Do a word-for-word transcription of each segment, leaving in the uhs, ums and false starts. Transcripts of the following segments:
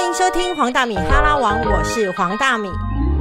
迎收听黄大米哈拉王，我是黄大米。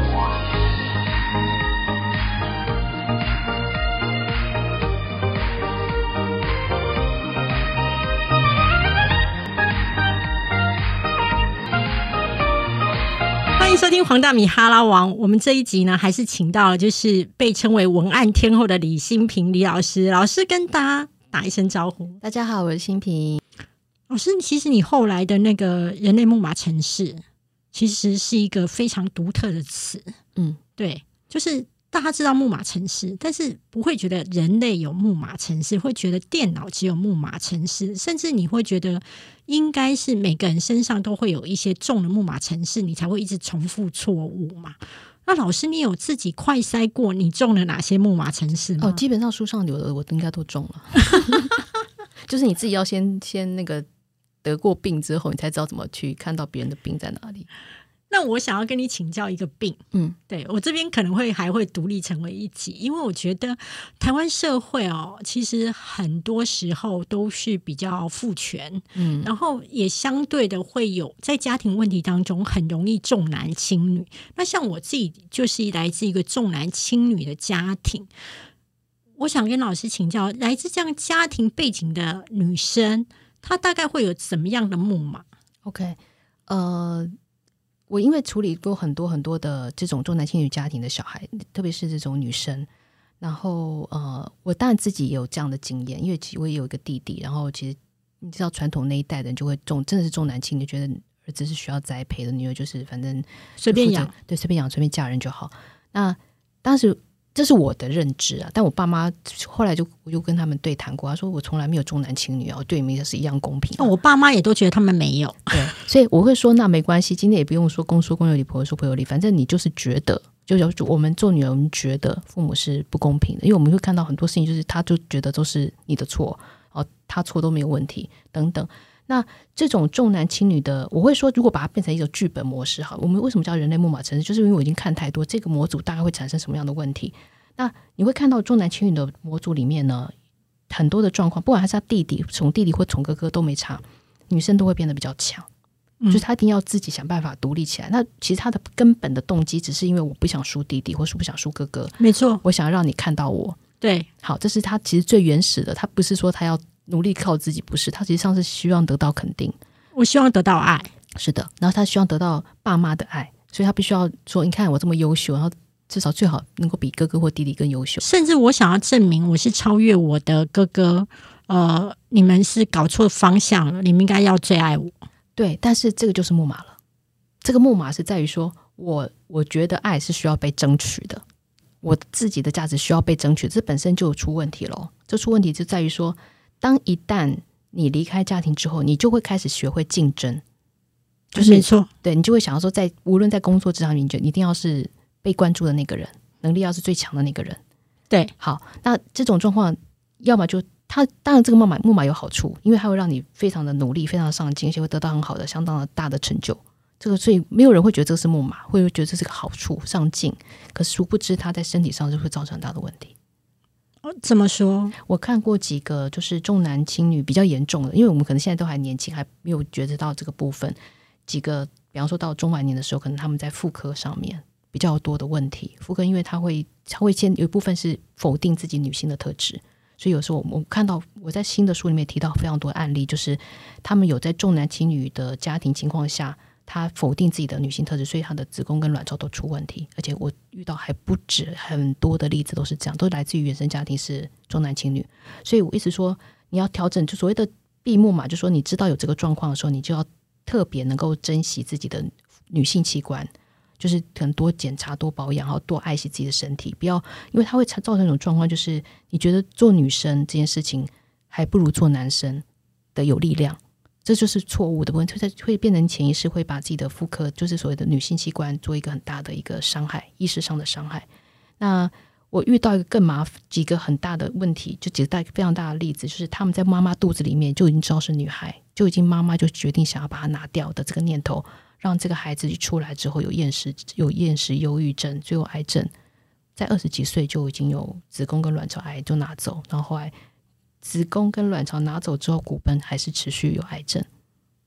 欢迎收听黄大米哈拉王。我们这一集呢，还是请到了就是被称为文案天后的李欣屏李老师。老师跟大家打一声招呼。 大家好，我是欣屏。 老师，其实你后来的那个人类木马程式，其实是一个非常独特的词。 嗯， 对，就是大家知道木马程式，但是不会觉得人类有木马程式，会觉得电脑只有木马程式，甚至你会觉得应该是每个人身上都会有一些中了木马程式，你才会一直重复错误嘛。那老师，你有自己快筛过你中了哪些木马程式吗？ 哦，基本上书上有的我应该都中了。就是你自己要先先那个得过病之后，你才知道怎么去看到别人的病在哪里。 那我想要跟你请教一个病，嗯，对，我这边可能会还会独立成为一集，因为我觉得台湾社会哦，其实很多时候都是比较父权，嗯，然后也相对的会有在家庭问题当中很容易重男轻女。那像我自己就是来自一个重男轻女的家庭，我想跟老师请教，来自这样家庭背景的女生，她大概会有怎么样的木马 ？OK， 呃。我因为处理过很多很多的这种重男轻女家庭的小孩，特别是这种女生，然后呃，我当然自己也有这样的经验，因为其实我也有一个弟弟，然后其实你知道传统那一代的人就会重，真的是重男轻女，觉得儿子是需要栽培的，女儿就是反正随便养， 对，随便养，随便嫁人就好。那当时这是我的认知啊，但我爸妈后来就我就跟他们对谈过，他说我从来没有重男轻女啊，我对你们也是一样公平、啊。 我爸妈也都觉得他们没有， 对，所以我会说那没关系，今天也不用说公说公有理，婆说婆有理，反正你就是觉得，就是我们做女儿，我们觉得父母是不公平的，因为我们会看到很多事情，就是他就觉得都是你的错，哦，他错都没有问题等等。那这种重男轻女的，我会说如果把它变成一个剧本模式，好，我们为什么叫人类木马程式，就是因为我已经看太多这个模组大概会产生什么样的问题。那你会看到重男轻女的模组里面呢，很多的状况，不管他是他弟弟宠弟弟或宠哥哥都没差，女生都会变得比较强，嗯、就是他一定要自己想办法独立起来。那其实他的根本的动机只是因为我不想输弟弟，或是不想输哥哥， 没错， 我想让你看到我。对，好，这是他其实最原始的，他不是说他要努力靠自己，不是，他其实上是希望得到肯定， 我希望得到爱， 是的，然后他希望得到爸妈的爱，所以他必须要说，你看我这么优秀，然后至少最好能够比哥哥或弟弟更优秀， 甚至我想要证明我是超越我的哥哥，呃，你们是搞错方向了，你们应该要最爱我。 对，但是这个就是木马了，这个木马是在于说我我觉得爱是需要被争取的，我自己的价值需要被争取，这本身就出问题了。这出问题就在于说，当一旦你离开家庭之后，你就会开始学会竞争，就是没错， 对，你就会想要说在，在无论在工作职场里，你就一定要是被关注的那个人，能力要是最强的那个人。对，好，那这种状况，要么就他当然这个木马木马有好处，因为它会让你非常的努力，非常的上进，而且会得到很好的、相当的大的成就。这个所以没有人会觉得这个是木马，会觉得这是个好处，上进。可是殊不知，它在身体上就会造成很大的问题。 怎么说？ 我看过几个就是重男轻女比较严重的，因为我们可能现在都还年轻，还没有觉得到这个部分。几个，比方说到中晚年的时候，可能他们在妇科上面比较多的问题。妇科因为它会，它会先有一部分是否定自己女性的特质，所以有时候我看到我在新的书里面提到非常多案例，就是他们有在重男轻女的家庭情况下，他否定自己的女性特质，所以他的子宫跟卵巢都出问题。而且我遇到还不止很多的例子都是这样，都来自于原生家庭是重男轻女。所以我一直说你要调整，就所谓的闭幕嘛，就说你知道有这个状况的时候，你就要特别能够珍惜自己的女性器官，就是可能多检查多保养，然后多爱惜自己的身体，不要因为它会造成一种状况，就是你觉得做女生这件事情还不如做男生的有力量，这就是错误的部分，会变成潜意识会把自己的妇科，就是所谓的女性器官做一个很大的一个伤害，意识上的伤害。那我遇到一个更麻烦几个很大的问题，就几个非常大的例子，就是他们在妈妈肚子里面就已经知道是女孩，就已经妈妈就决定想要把它拿掉的这个念头，让这个孩子一出来之后有厌食有厌食忧郁症，最后癌症，在二十几岁就已经有子宫跟卵巢癌就拿走，然后后来子宫跟卵巢拿走之后，骨盆还是持续有癌症。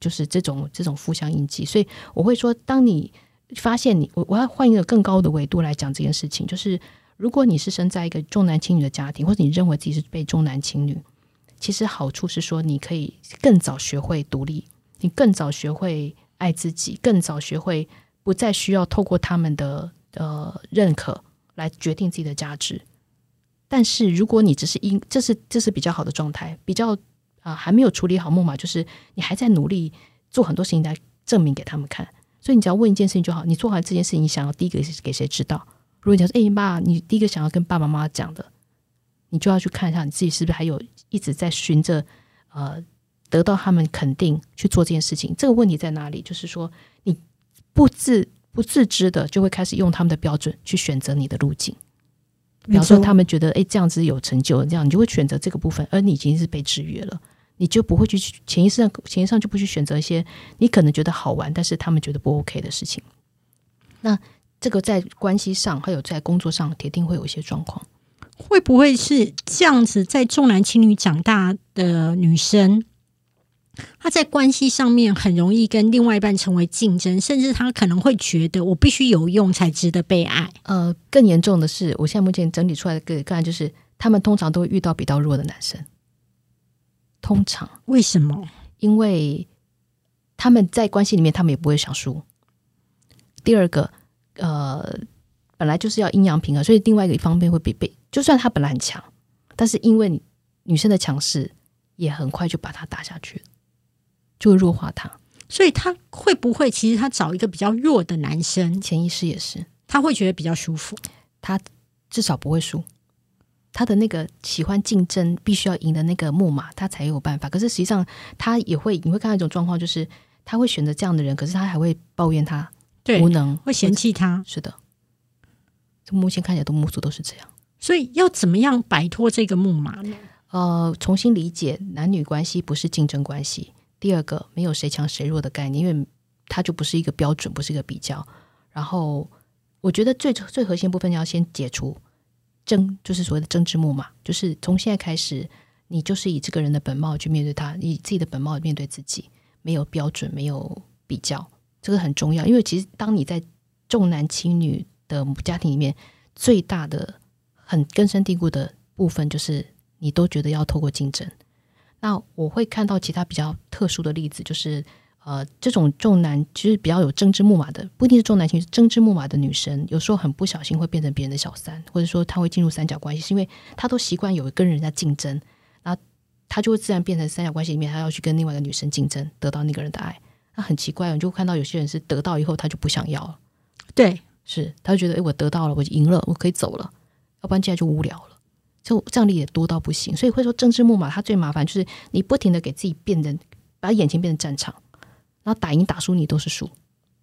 就是这种这种负向印记。所以我会说，当你发现你我我要换一个更高的维度来讲这件事情，就是如果你是生在一个重男轻女的家庭，或者你认为自己是被重男轻女，其实好处是说你可以更早学会独立，你更早学会爱自己，更早学会不再需要透过他们的呃认可来决定自己的价值。但是如果你只是因这是这是比较好的状态，比较啊、呃、还没有处理好木马，就是你还在努力做很多事情来证明给他们看。所以你只要问一件事情就好，你做好这件事情，你想要第一个给谁知道？如果你讲说，哎、欸、爸，你第一个想要跟爸爸妈妈讲的，你就要去看一下你自己是不是还有一直在循着呃得到他们肯定去做这件事情。这个问题在哪里？就是说你不自不自知的就会开始用他们的标准去选择你的路径。比方说他们觉得哎、欸、这样子有成就，这样你就会选择这个部分，而你已经是被制约了，你就不会去潜意识上潜意识上就不去选择一些你可能觉得好玩但是他们觉得不 OK 的事情。那这个在关系上还有在工作上铁定会有一些状况。 会不会是这样子，在重男轻女长大的女生，她在关系上面很容易跟另外一半成为竞争，甚至她可能会觉得我必须有用才值得被爱。 呃，更严重的是我现在目前整理出来的个个案，就是他们通常都会遇到比较弱的男生。通常为什么？ 因为他们在关系里面他们也不会想输。第二个呃，本来就是要阴阳平衡，所以另外一个方面会比被，就算他本来很强，但是因为女生的强势也很快就把他打下去了，就会弱化他。 所以他会不会其实他找一个比较弱的男生， 潜意识也是他会觉得比较舒服， 他至少不会输，他的那个喜欢竞争必须要赢的那个木马他才有办法。可是实际上他也会，你会看到一种状况，就是他会选择这样的人，可是他还会抱怨他无能， 会嫌弃他。 是的，目前看起来都模组都是这样。 所以要怎么样摆脱这个木马呢？ 呃，重新理解男女关系不是竞争关系。第二个，没有谁强谁弱的概念，因为它就不是一个标准，不是一个比较。然后我觉得最最核心部分要先解除争，就是所谓的争之木马，就是从现在开始，你就是以这个人的本貌去面对他，以自己的本貌面对自己，没有标准，没有比较，这个很重要。因为其实当你在重男轻女的家庭里面，最大的很根深蒂固的部分就是你都觉得要透过竞争。那我会看到其他比较特殊的例子，就是呃，这种重男其实比较有争之木马的，不一定是重男轻女，争之木马的女生，有时候很不小心会变成别人的小三，或者说她会进入三角关系，是因为她都习惯有跟人家竞争，然后她就会自然变成三角关系里面，她要去跟另外一个女生竞争，得到那个人的爱。那很奇怪，你就看到有些人是得到以后他就不想要了， 对， 是他就觉得诶我得到了，我赢了，我可以走了，要不然接下来就无聊了。就这样的也多到不行，所以会说政治木马它最麻烦就是你不停的给自己变成把眼前变成战场，然后打赢打输你都是输。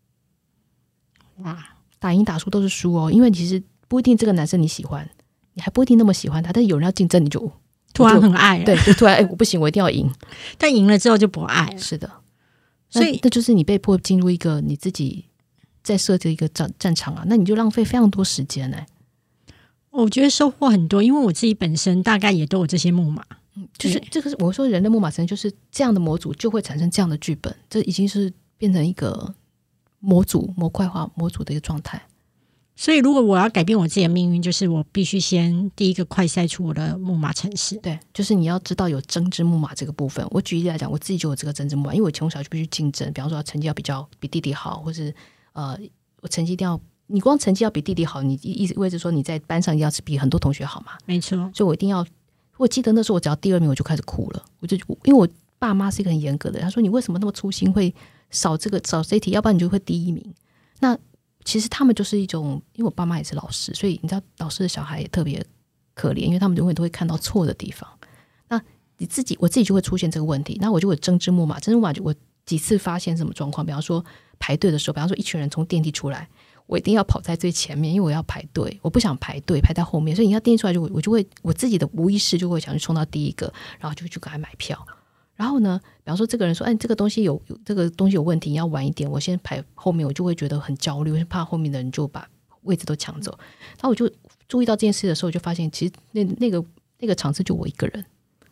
哇，打赢打输都是输哦，因为其实不一定这个男生你喜欢，你还不一定那么喜欢他，但是有人要竞争你就突然很爱了， 对，就突然哎、欸、我不行，我一定要赢， 但赢了之后就不爱了。 是的， 所以那就是你被迫进入一个你自己在设置一个战战场啊，那你就浪费非常多时间哎、欸。 我觉得收获很多，因为我自己本身大概也都有这些木马， 就是这个我说人的木马产生就是这样的模组就会产生这样的剧本，这已经是变成一个模组模块化模组的一个状态。 所以如果我要改变我自己的命运，就是我必须先第一个快筛出我的木马程式。 对，就是你要知道有争之木马这个部分。我举例来讲，我自己就有这个争之木马，因为我从小就必须竞争，比方说成绩要比较比弟弟好，或是呃我成绩一定要，你光成绩要比弟弟好，你意味着说你在班上一定要比很多同学好嘛？ 没错， 所以我一定要，我记得那时候我只要第二名我就开始哭了，我就因为我爸妈是一个很严格的，他说你为什么那么粗心会少这个少这一题，要不然你就会第一名。那其实他们就是一种，因为我爸妈也是老师，所以你知道老师的小孩也特别可怜，因为他们永远都会看到错的地方。那你自己我自己就会出现这个问题，那我就会争之木马，争之木马我几次发现什么状况，比方说排队的时候，比方说一群人从电梯出来，我一定要跑在最前面，因为我要排队，我不想排队排在后面，所以你要电梯出来就我就会我自己的无意识就会想去冲到第一个，然后就去给他买票。然后呢，比方说这个人说哎，这个东西有有这个东西有问题，你要晚一点，我先排后面，我就会觉得很焦虑，怕后面的人就把位置都抢走。然后我就注意到这件事的时候，就发现其实那那个那个场次就我一个人，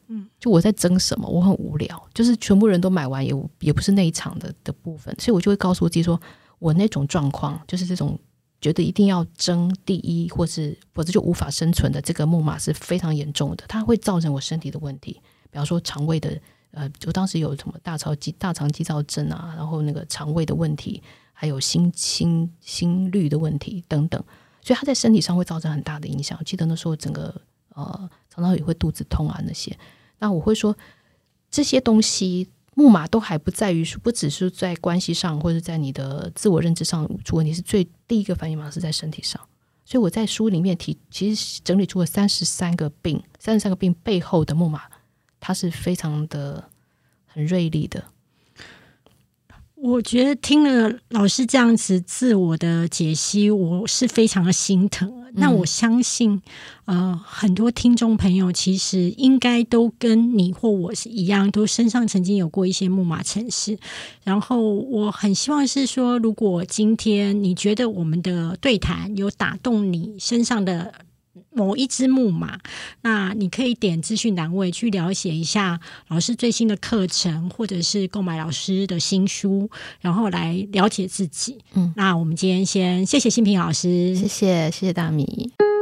嗯，就我在争什么，我很无聊，就是全部人都买完也也不是那一场的的部分，所以我就会告诉我自己说，我那种状况就是这种觉得一定要争第一，或是否则就无法生存的这个木马是非常严重的，它会造成我身体的问题，比方说肠胃的呃，我当时有什么大肠肌大肠肌躁症啊，然后那个肠胃的问题，还有心心心率的问题等等，所以它在身体上会造成很大的影响。我记得那时候整个呃常常也会肚子痛啊那些。那我会说这些东西木马都还不在于不只是在关系上或者在你的自我认知上出问题，是最第一个反应嘛是在身体上。所以我在书里面提其实整理出了三十三个病，三十三个病背后的木马它是非常的很锐利的。 我觉得听了老师这样子自我的解析，我是非常的心疼。嗯、那我相信，呃，很多听众朋友其实应该都跟你或我是一样，都身上曾经有过一些木马程式。然后我很希望是说，如果今天你觉得我们的对谈有打动你身上的某一只木马，那你可以点资讯栏位去了解一下老师最新的课程，或者是购买老师的新书，然后来了解自己。嗯，那我们今天先谢谢欣萍老师， 谢谢谢谢大米。